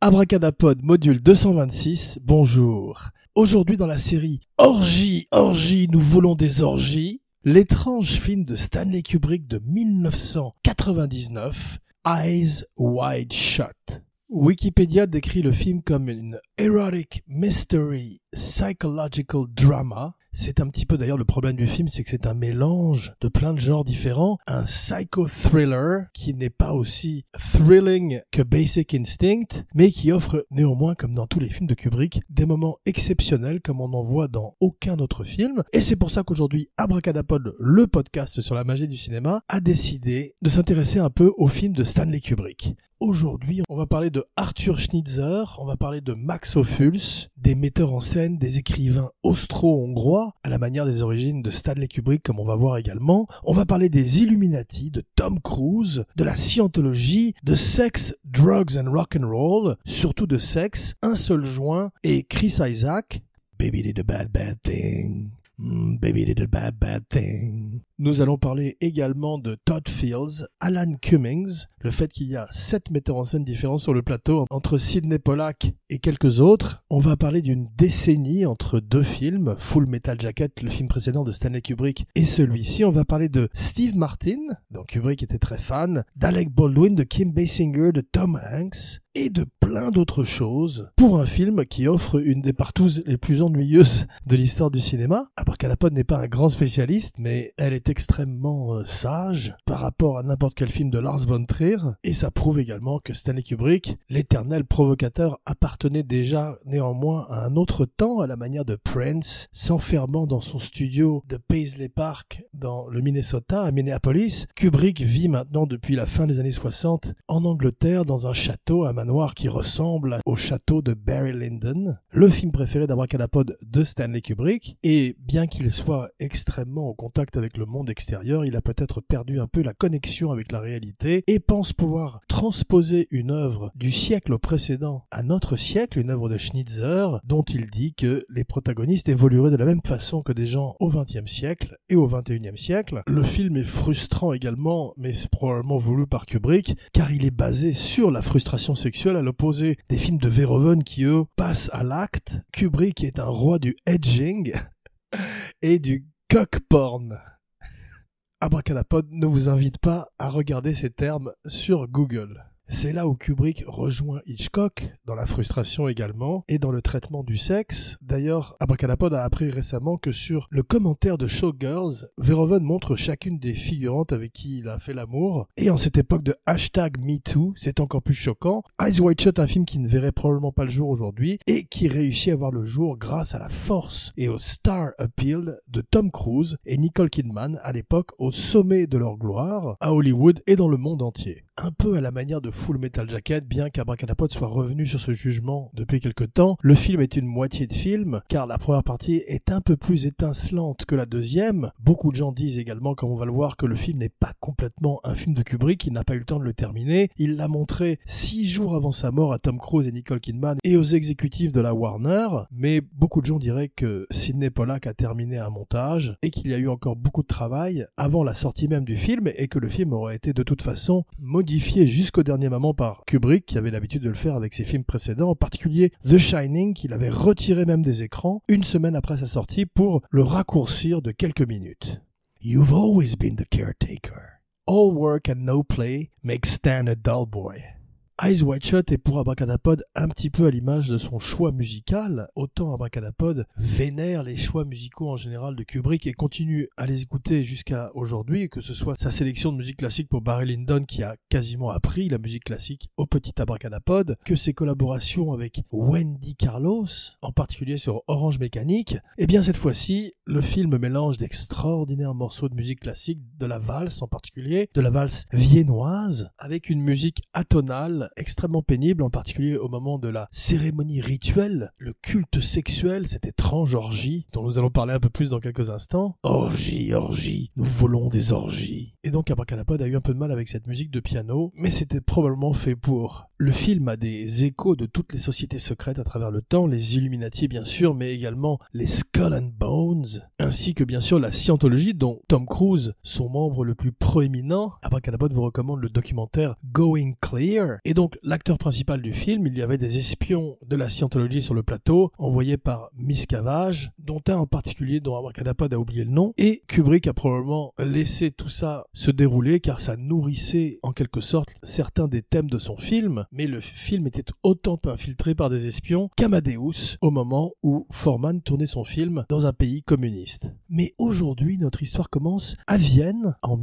Abracadapod, module 226, bonjour. Aujourd'hui dans la série Orgie, nous volons des orgies, l'étrange film de Stanley Kubrick de 1999, Eyes Wide Shut. Wikipédia décrit le film comme une erotic mystery psychological drama. C'est un petit peu d'ailleurs le problème du film, c'est que c'est un mélange de plein de genres différents, un psycho-thriller qui n'est pas aussi thrilling que Basic Instinct, mais qui offre néanmoins, comme dans tous les films de Kubrick, des moments exceptionnels comme on n'en voit dans aucun autre film. Et c'est pour ça qu'aujourd'hui, Abracadapod, le podcast sur la magie du cinéma, a décidé de s'intéresser un peu au film de Stanley Kubrick. Aujourd'hui, on va parler de Arthur Schnitzer, on va parler de Max Ophuls, des metteurs en scène, des écrivains austro-hongrois, à la manière des origines de Stanley Kubrick, comme on va voir également. On va parler des Illuminati, de Tom Cruise, de la scientologie, de sex, drugs and rock'n'roll, surtout de sexe, un seul joint et Chris Isaak. Baby did a bad thing. Baby did a bad thing. Nous allons parler également de Todd Fields, Alan Cummings, le fait qu'il y a 7 metteurs en scène différents sur le plateau, entre Sidney Pollack et quelques autres. On va parler d'une décennie entre deux films, Full Metal Jacket, le film précédent de Stanley Kubrick, et celui-ci. On va parler de Steve Martin, dont Kubrick était très fan, d'Alec Baldwin, de Kim Basinger, de Tom Hanks, et de plein d'autres choses, pour un film qui offre une des partouzes les plus ennuyeuses de l'histoire du cinéma. Abracadapod n'est pas un grand spécialiste, mais elle est extrêmement sage par rapport à n'importe quel film de Lars von Trier, et ça prouve également que Stanley Kubrick, l'éternel provocateur, appartenait déjà néanmoins à un autre temps, à la manière de Prince, s'enfermant dans son studio de Paisley Park dans le Minnesota, à Minneapolis. Kubrick vit maintenant depuis la fin des années 60 en Angleterre dans un château, un manoir qui ressemble au château de Barry Lyndon, le film préféré d'Abracadapod de Stanley Kubrick, et bien qu'il soit extrêmement au contact avec le monde extérieur, il a peut-être perdu un peu la connexion avec la réalité et pense pouvoir transposer une œuvre du siècle précédent à notre siècle, une œuvre de Schnitzer, dont il dit que les protagonistes évolueraient de la même façon que des gens au XXe siècle et au XXIe siècle. Le film est frustrant également, mais c'est probablement voulu par Kubrick, car il est basé sur la frustration sexuelle, à l'opposé des films de Verhoeven qui, eux, passent à l'acte. Kubrick est un roi du edging et du cock porn. Abracadapod ne vous invite pas à regarder ces termes sur Google. C'est là où Kubrick rejoint Hitchcock, dans la frustration également, et dans le traitement du sexe. D'ailleurs, Abracadapod a appris récemment que sur le commentaire de Showgirls, Verhoeven montre chacune des figurantes avec qui il a fait l'amour, et en cette époque de #MeToo, c'est encore plus choquant. Eyes Wide Shut, un film qui ne verrait probablement pas le jour aujourd'hui, et qui réussit à voir le jour grâce à la force et au star appeal de Tom Cruise et Nicole Kidman, à l'époque au sommet de leur gloire, à Hollywood et dans le monde entier. Un peu à la manière de Full Metal Jacket, bien qu'Abracadapod soit revenu sur ce jugement depuis quelque temps, le film est une moitié de film, car la première partie est un peu plus étincelante que la deuxième. Beaucoup de gens disent également, comme on va le voir, que le film n'est pas complètement un film de Kubrick, il n'a pas eu le temps de le terminer. Il l'a montré 6 jours avant sa mort à Tom Cruise et Nicole Kidman et aux exécutifs de la Warner, mais beaucoup de gens diraient que Sidney Pollack a terminé un montage et qu'il y a eu encore beaucoup de travail avant la sortie même du film et que le film aurait été de toute façon modifié jusqu'au dernier moment par Kubrick, qui avait l'habitude de le faire avec ses films précédents, en particulier The Shining, qu'il avait retiré même des écrans une semaine après sa sortie pour le raccourcir de quelques minutes. You've always been the caretaker. All work and no play makes Stan a dull boy. Eyes Wide Shut est pour Abracadapod un petit peu à l'image de son choix musical. Autant Abracadapod vénère les choix musicaux en général de Kubrick et continue à les écouter jusqu'à aujourd'hui, que ce soit sa sélection de musique classique pour Barry Lyndon qui a quasiment appris la musique classique au petit Abracadapod, que ses collaborations avec Wendy Carlos, en particulier sur Orange Mécanique. Et bien cette fois-ci, le film mélange d'extraordinaires morceaux de musique classique, de la valse en particulier, de la valse viennoise, avec une musique atonale extrêmement pénible, en particulier au moment de la cérémonie rituelle, le culte sexuel, cette étrange orgie, dont nous allons parler un peu plus dans quelques instants. Orgie, nous volons des orgies. Et donc Abracadapod a eu un peu de mal avec cette musique de piano, mais c'était probablement fait pour. Le film a des échos de toutes les sociétés secrètes à travers le temps, les Illuminati bien sûr, mais également les Skull and Bones, ainsi que bien sûr la scientologie dont Tom Cruise, son membre le plus proéminent. Abracadapod vous recommande le documentaire Going Clear, et Et donc, l'acteur principal du film, il y avait des espions de la Scientology sur le plateau, envoyés par Miscavige, dont un en particulier dont Abracadapod a oublié le nom, et Kubrick a probablement laissé tout ça se dérouler car ça nourrissait en quelque sorte certains des thèmes de son film, mais le film était autant infiltré par des espions qu'Amadeus au moment où Foreman tournait son film dans un pays communiste. Mais aujourd'hui, notre histoire commence à Vienne en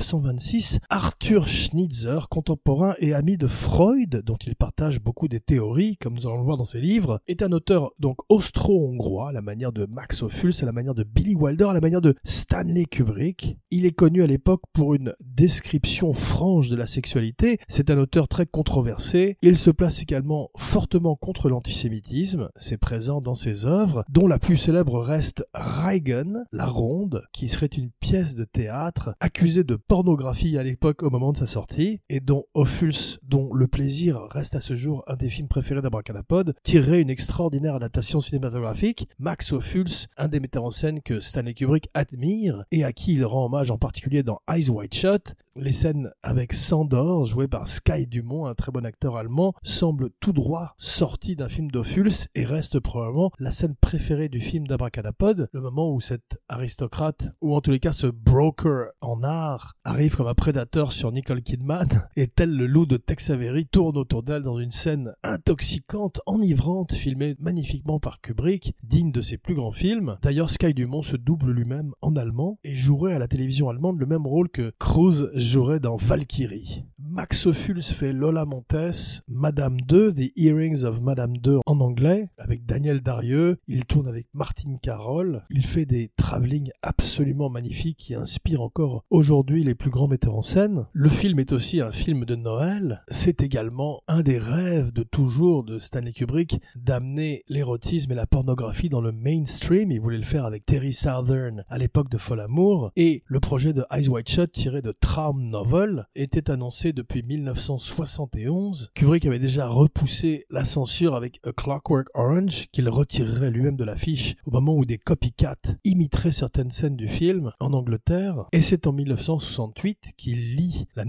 1926. Arthur Schnitzer, contemporain et ami de Freud, dont il partage beaucoup des théories, comme nous allons le voir dans ses livres, est un auteur donc austro-hongrois, à la manière de Max Ophuls, à la manière de Billy Wilder, à la manière de Stanley Kubrick. Il est connu à l'époque pour une description franche de la sexualité. C'est un auteur très controversé. Il se place également fortement contre l'antisémitisme. C'est présent dans ses œuvres, dont la plus célèbre reste Reigen, La Ronde, qui serait une pièce de théâtre accusée de pornographie à l'époque au moment de sa sortie, et dont Ophuls, dont Le Plaisir reste à ce jour un des films préférés d'Abracadapod, tirerait une extraordinaire adaptation cinématographique. Max Ophuls, un des metteurs en scène que Stanley Kubrick admire et à qui il rend hommage en particulier dans Eyes Wide Shut. Les scènes avec Sandor, joué par Sky Dumont, un très bon acteur allemand, semblent tout droit sorties d'un film d'Ophuls et reste probablement la scène préférée du film d'Abracadapod, le moment où cet aristocrate, ou en tous les cas ce broker en art, arrive comme un prédateur sur Nicole Kidman et tel le loup de Tex Avery tourne autour d'elle dans une scène intoxicante, enivrante, filmée magnifiquement par Kubrick, digne de ses plus grands films. D'ailleurs, Sky Dumont se double lui-même en allemand et jouerait à la télévision allemande le même rôle que Cruise jouerait dans Valkyrie. Max Ophuls fait Lola Montez, Madame 2, The Earrings of Madame 2 en anglais, avec Daniel Darieux. Il tourne avec Martine Carole. Il fait des travelling absolument magnifiques qui inspirent encore aujourd'hui les plus grands metteurs en scène. Le film est aussi un film de Noël. C'est également un des rêves de toujours de Stanley Kubrick d'amener l'érotisme et la pornographie dans le mainstream. Il voulait le faire avec Terry Southern à l'époque de Fol Amour. Et le projet de Eyes Wide Shut, tiré de Traum Novel, était annoncé depuis 1971. Kubrick avait déjà repoussé la censure avec A Clockwork Orange, qu'il retirerait lui-même de l'affiche au moment où des copycats imiteraient certaines scènes du film en Angleterre. Et c'est en 1968 qu'il lit la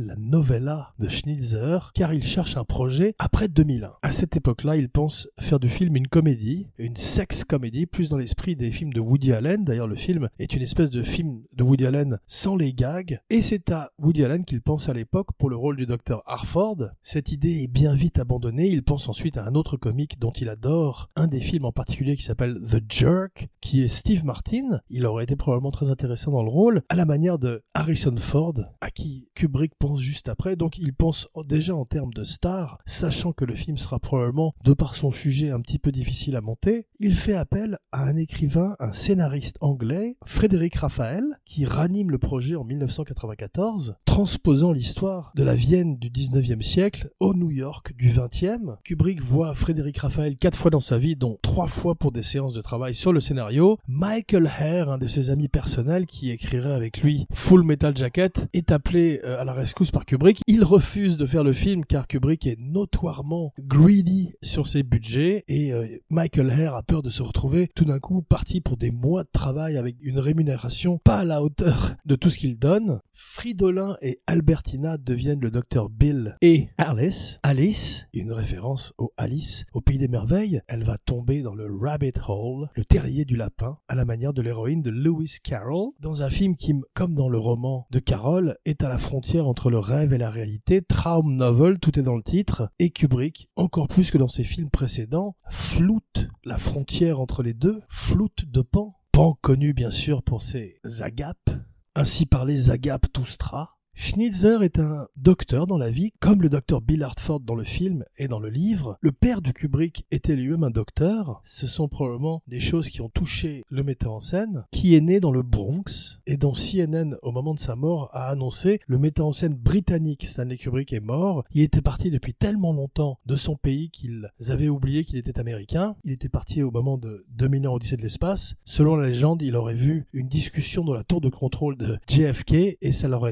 novella de Schnitzer, car il cherche un projet après 2001. À cette époque-là, il pense faire du film une comédie, une sex comédie, plus dans l'esprit des films de Woody Allen. D'ailleurs, le film est une espèce de film de Woody Allen sans les gags, et c'est à Woody Allen qu'il pense à l'époque pour le rôle du docteur Harford. Cette idée est bien vite abandonnée. Il pense ensuite à un autre comique dont il adore un des films en particulier qui s'appelle The Jerk, qui est Steve Martin. Il aurait été probablement très intéressant dans le rôle, à la manière de Harrison Ford, à qui Kubrick pense juste après. Donc il pense déjà en termes de star, sachant que le film sera probablement, de par son sujet un petit peu difficile à monter. Il fait appel à un écrivain, un scénariste anglais, Frédéric Raphael, qui ranime le projet en 1994, transposant l'histoire de la Vienne du 19e siècle au New York du 20e. Kubrick voit Frédéric Raphael 4 fois dans sa vie, dont 3 fois pour des séances de travail sur le scénario. Michael Herr, un de ses amis personnels qui écrirait avec lui Full Metal Jacket, est appelé à la rescousse par Kubrick. Il refuse de faire le film car Kubrick est notoirement greedy sur ses budgets et Michael Herr a peur de se retrouver tout d'un coup parti pour des mois de travail avec une rémunération pas à la hauteur de tout ce qu'il donne. Fridolin et Albertina deviennent le docteur Bill et Alice. Alice, une référence au Alice, au Pays des Merveilles, elle va tomber dans le rabbit hole, le terrier du lapin, à la manière de l'héroïne de Lewis Carroll, dans un film qui, comme dans le roman de Carroll, est à la frontière entre le rêve et la réalité. Traum Novel, tout est dans le titre, et Kubrick, encore plus que dans ses films précédents, floute la frontière entre les deux, floute de Pan. Pan connu bien sûr pour ses agapes, ainsi parlé Zagap Toustra. Schnitzer est un docteur dans la vie, comme le docteur Bill Hartford dans le film et dans le livre. Le père de Kubrick était lui-même un docteur. Ce sont probablement des choses qui ont touché le metteur en scène, qui est né dans le Bronx et dont CNN, au moment de sa mort, a annoncé le metteur en scène britannique Stanley Kubrick est mort. Il était parti depuis tellement longtemps de son pays qu'ils avaient oublié qu'il était américain. Il était parti au moment de 2001 Odyssée de l'espace. Selon la légende, il aurait vu une discussion dans la tour de contrôle de JFK et ça l'aurait terrorisé.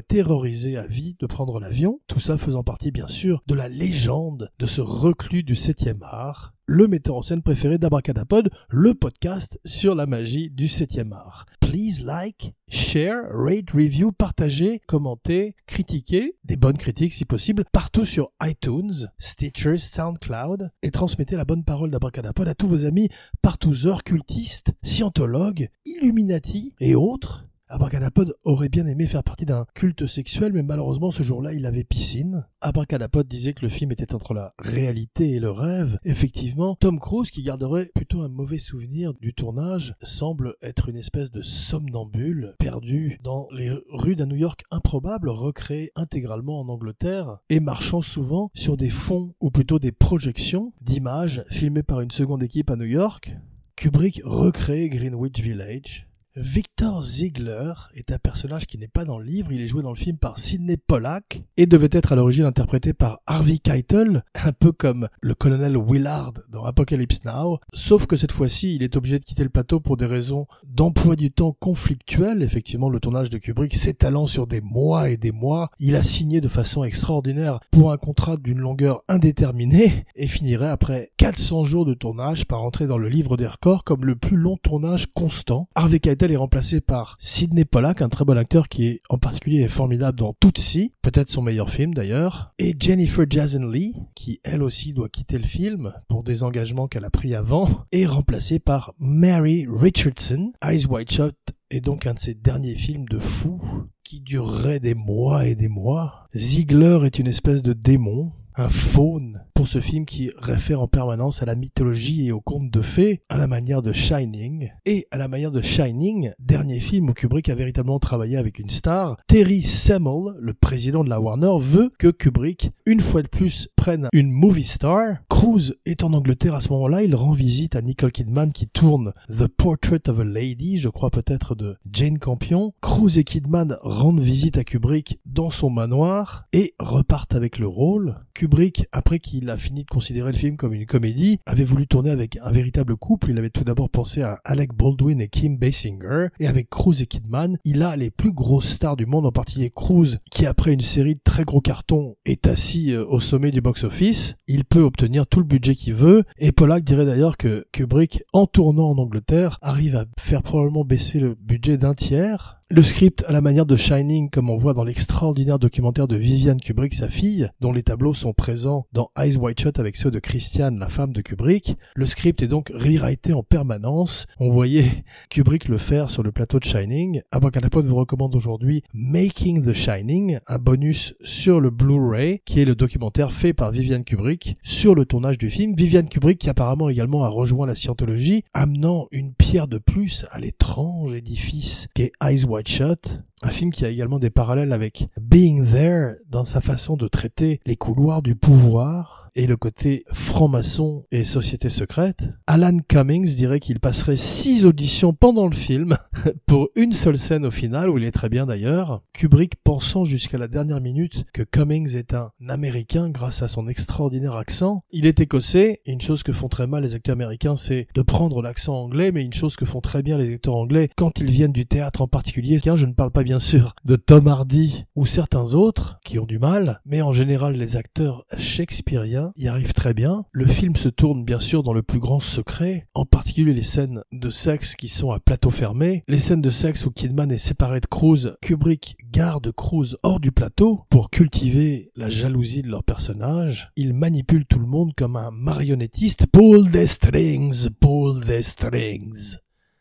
autorisé à vie de prendre l'avion, tout ça faisant partie bien sûr de la légende de ce reclus du 7e art, le metteur en scène préféré d'Abracadapod, le podcast sur la magie du 7e art. Please like, share, rate, review, partagez, commentez, critiquez, des bonnes critiques si possible, partout sur iTunes, Stitcher, SoundCloud, et transmettez la bonne parole d'Abracadapod à tous vos amis partouzeurs, cultistes, scientologues, Illuminati et autres. Abracadapod aurait bien aimé faire partie d'un culte sexuel, mais malheureusement ce jour-là il avait piscine. Abracadapod disait que le film était entre la réalité et le rêve. Effectivement, Tom Cruise, qui garderait plutôt un mauvais souvenir du tournage, semble être une espèce de somnambule perdu dans les rues d'un New York improbable, recréé intégralement en Angleterre et marchant souvent sur des fonds ou plutôt des projections d'images filmées par une seconde équipe à New York. Kubrick recrée Greenwich Village. Victor Ziegler est un personnage qui n'est pas dans le livre, il est joué dans le film par Sidney Pollack et devait être à l'origine interprété par Harvey Keitel, un peu comme le colonel Willard dans Apocalypse Now, sauf que cette fois-ci il est obligé de quitter le plateau pour des raisons d'emploi du temps conflictuel. Effectivement, le tournage de Kubrick s'étalant sur des mois et des mois, il a signé de façon extraordinaire pour un contrat d'une longueur indéterminée et finirait après 400 jours de tournage par entrer dans le livre des records comme le plus long tournage constant. Harvey Keitel est remplacé par Sidney Pollack, un très bon acteur qui est en particulier formidable dans Tootsie, peut-être son meilleur film d'ailleurs, et Jennifer Jason Leigh, qui elle aussi doit quitter le film pour des engagements qu'elle a pris avant, est remplacée par Mary Richardson. Eyes Wide Shut est donc un de ses derniers films de fou qui durerait des mois et des mois. Ziegler est une espèce de démon, un faune pour ce film qui réfère en permanence à la mythologie et aux contes de fées, à la manière de Shining. Et à la manière de Shining, dernier film où Kubrick a véritablement travaillé avec une star, Terry Semel, le président de la Warner, veut que Kubrick, une fois de plus, prenne une movie star. Cruise est en Angleterre à ce moment-là, il rend visite à Nicole Kidman qui tourne The Portrait of a Lady, je crois peut-être de Jane Campion. Cruise et Kidman rendent visite à Kubrick dans son manoir et repartent avec le rôle. Kubrick, après qu'il a fini de considérer le film comme une comédie, avait voulu tourner avec un véritable couple. Il avait tout d'abord pensé à Alec Baldwin et Kim Basinger. Et avec Cruise et Kidman, il a les plus grosses stars du monde, en particulier Cruise, qui après une série de très gros cartons est assis au sommet du box-office. Il peut obtenir tout le budget qu'il veut. Et Pollack dirait d'ailleurs que Kubrick, en tournant en Angleterre, arrive à faire probablement baisser le budget d'un tiers. Le script, à la manière de Shining, comme on voit dans l'extraordinaire documentaire de Vivian Kubrick, sa fille, dont les tableaux sont présents dans Eyes Wide Shut avec ceux de Christiane, la femme de Kubrick. Le script est donc rewrité en permanence. On voyait Kubrick le faire sur le plateau de Shining. Abracadapod vous recommande aujourd'hui Making the Shining, un bonus sur le Blu-ray, qui est le documentaire fait par Vivian Kubrick sur le tournage du film. Vivian Kubrick qui apparemment également a rejoint la scientologie, amenant une pierre de plus à l'étrange édifice qu'est Eyes Wide Shut, un film qui a également des parallèles avec Being There dans sa façon de traiter les couloirs du pouvoir et le côté franc-maçon et société secrète. Alan Cummings dirait qu'il passerait 6 auditions pendant le film pour une seule scène au final, où il est très bien d'ailleurs. Kubrick pensant jusqu'à la dernière minute que Cummings est un Américain grâce à son extraordinaire accent. Il est écossais, et une chose que font très mal les acteurs américains, c'est de prendre l'accent anglais, mais une chose que font très bien les acteurs anglais quand ils viennent du théâtre en particulier, car je ne parle pas bien sûr de Tom Hardy ou certains autres qui ont du mal, mais en général les acteurs shakespeariens y arrive très bien. Le film se tourne bien sûr dans le plus grand secret, en particulier les scènes de sexe qui sont à plateau fermé. Les scènes de sexe où Kidman est séparé de Cruise, Kubrick garde Cruise hors du plateau pour cultiver la jalousie de leur personnage. Il manipule tout le monde comme un marionnettiste. Pull the strings, pull the strings.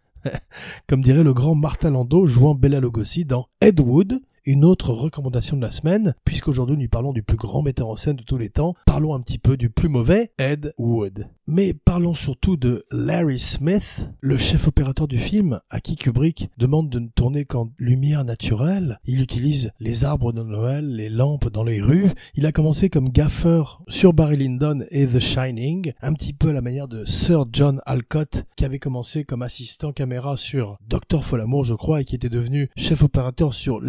Comme dirait le grand Martin Landau jouant Bela Lugosi dans Ed Wood. Une autre recommandation de la semaine, puisqu'aujourd'hui nous parlons du plus grand metteur en scène de tous les temps, parlons un petit peu du plus mauvais, Ed Wood. Mais parlons surtout de Larry Smith, le chef opérateur du film, à qui Kubrick demande de ne tourner qu'en lumière naturelle. Il utilise les arbres de Noël, les lampes dans les rues. Il a commencé comme gaffeur sur Barry Lyndon et The Shining, un petit peu à la manière de Sir John Alcott, qui avait commencé comme assistant caméra sur Dr. Folamour, je crois, et qui était devenu chef opérateur sur les plus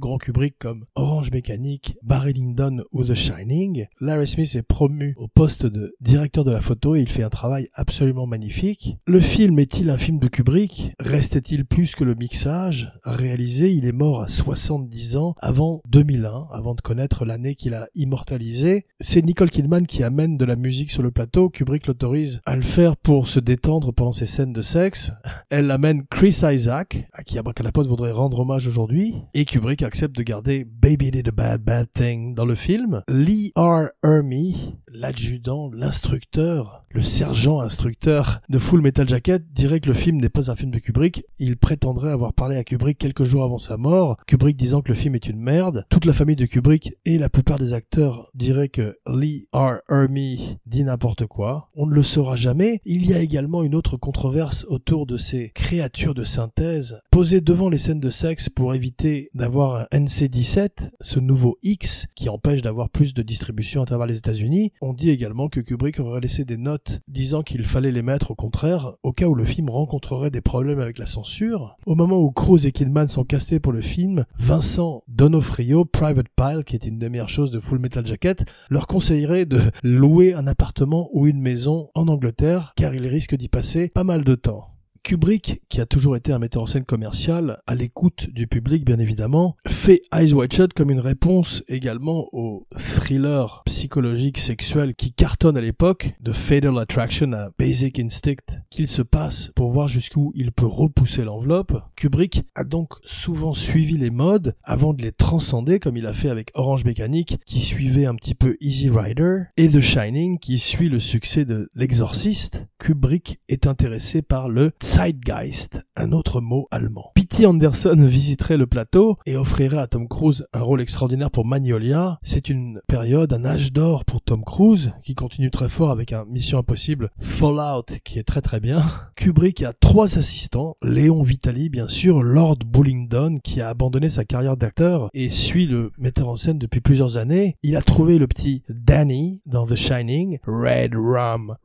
grands Kubrick comme Orange Mécanique, Barry Lyndon ou The Shining. Larry Smith est promu au poste de directeur de la photo et il fait un travail absolument magnifique. Le film est-il un film de Kubrick? Restait-il plus que le mixage? Réalisé, il est mort à 70 ans avant 2001, avant de connaître l'année qu'il a immortalisée. C'est Nicole Kidman qui amène de la musique sur le plateau. Kubrick l'autorise à le faire pour se détendre pendant ses scènes de sexe. Elle amène Chris Isaac, à qui Abracadapod voudrait rendre hommage aujourd'hui, et Kubrick accepte de garder Baby Did a Bad Thing dans le film. Lee R. Ermey, l'adjudant, l'instructeur, le sergent instructeur de Full Metal Jacket, dirait que le film n'est pas un film de Kubrick. Il prétendrait avoir parlé à Kubrick quelques jours avant sa mort, Kubrick disant que le film est une merde. Toute la famille de Kubrick et la plupart des acteurs diraient que Lee R. Ermey dit n'importe quoi. On ne le saura jamais. Il y a également une autre controverse autour de ces créatures de synthèse posées devant les scènes de sexe pour éviter d'avoir un NC-17, ce nouveau X qui empêche d'avoir plus de distribution à travers les États-Unis. On dit également que Kubrick aurait laissé des notes disant qu'il fallait les mettre au contraire, au cas où le film rencontrerait des problèmes avec la censure. Au moment où Cruise et Kidman sont castés pour le film, Vincent D'Onofrio, Private Pile, qui est une des meilleures choses de Full Metal Jacket, leur conseillerait de louer un appartement ou une maison en Angleterre, car ils risquent d'y passer pas mal de temps. Kubrick, qui a toujours été un metteur en scène commercial, à l'écoute du public bien évidemment, fait Eyes Wide Shut comme une réponse également au thriller psychologique sexuel qui cartonne à l'époque, de Fatal Attraction à Basic Instinct, qu'il se passe pour voir jusqu'où il peut repousser l'enveloppe. Kubrick a donc souvent suivi les modes avant de les transcender comme il a fait avec Orange Mécanique qui suivait un petit peu Easy Rider et The Shining qui suit le succès de L'Exorciste. Kubrick est intéressé par le Zeitgeist, un autre mot allemand. P.T. Anderson visiterait le plateau et offrirait à Tom Cruise un rôle extraordinaire pour Magnolia. C'est une période, un âge d'or pour Tom Cruise, qui continue très fort avec un Mission Impossible Fallout qui est très très bien. Kubrick a 3 assistants, Léon Vitali bien sûr, Lord Bullingdon qui a abandonné sa carrière d'acteur et suit le metteur en scène depuis plusieurs années. Il a trouvé le petit Danny dans The Shining, Red Rum,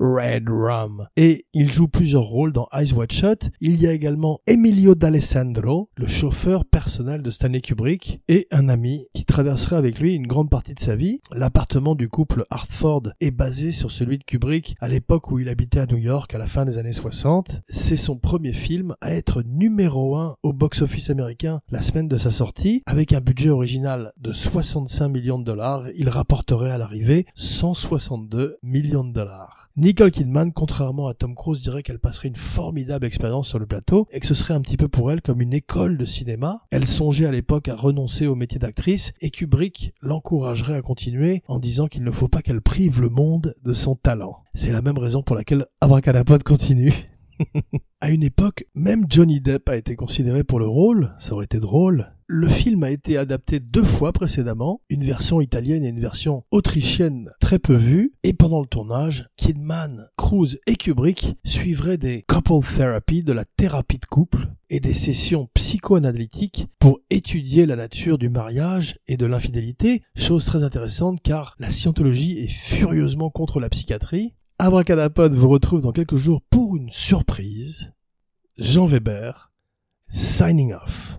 et il joue plusieurs rôles dans Eyes Wide Shut. Il y a également Emilio D'Alessandro, le chauffeur personnel de Stanley Kubrick, et un ami qui traverserait avec lui une grande partie de sa vie. L'appartement du couple Hartford est basé sur celui de Kubrick à l'époque où il habitait à New York à la fin des années 60. C'est son premier film à être numéro 1 au box-office américain la semaine de sa sortie. Avec un budget original de 65 millions de dollars, il rapporterait à l'arrivée 162 millions de dollars. Nicole Kidman, contrairement à Tom Cruise, dirait qu'elle passerait une formidable expérience sur le plateau et que ce serait un petit peu pour elle comme une école de cinéma. Elle songeait à l'époque à renoncer au métier d'actrice et Kubrick l'encouragerait à continuer en disant qu'il ne faut pas qu'elle prive le monde de son talent. C'est la même raison pour laquelle Abracadapod continue. À une époque, même Johnny Depp a été considéré pour le rôle, ça aurait été drôle. Le film a été adapté 2 fois précédemment, une version italienne et une version autrichienne très peu vue, et pendant le tournage, Kidman, Cruise et Kubrick suivraient des couple therapy, de la thérapie de couple, et des sessions psychoanalytiques pour étudier la nature du mariage et de l'infidélité, chose très intéressante car la scientologie est furieusement contre la psychiatrie. Abracadapod vous retrouve dans quelques jours pour une surprise. Jean Weber, signing off.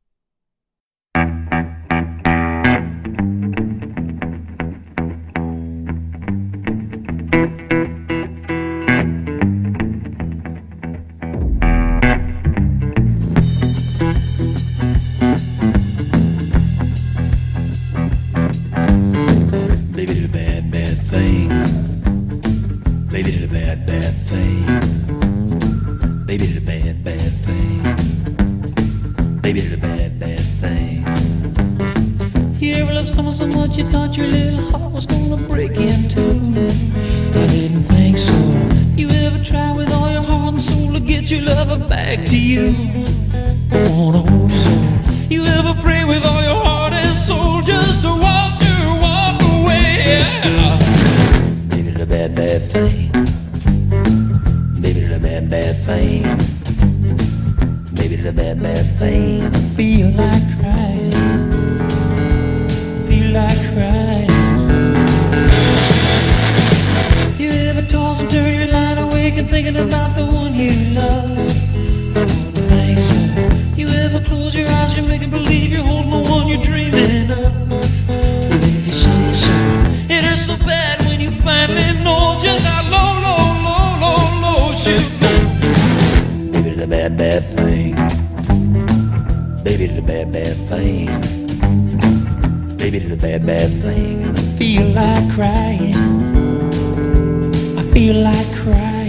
Baby did a bad, bad thing. Baby did a bad, bad thing. Baby did a bad, bad thing. Baby did a bad, bad thing. You ever love someone so much you thought your little heart was gonna break in two? I didn't think so. You ever try with all your heart and soul to get your lover back to you? I wanna hope so. You ever pray with all your heart and soul just to watch her walk away? Yeah. Baby did a bad, bad thing. Baby did a bad, bad thing. Baby did a bad, bad thing. I feel like crying. Feel like crying. You ever toss and turn your line awake and thinking about the one you love? I don't think so. You ever close your eyes and make it believe you're holding the one you dream? thing. Baby did a bad, bad thing. Baby did a bad, bad thing. And I feel like crying. I feel like crying.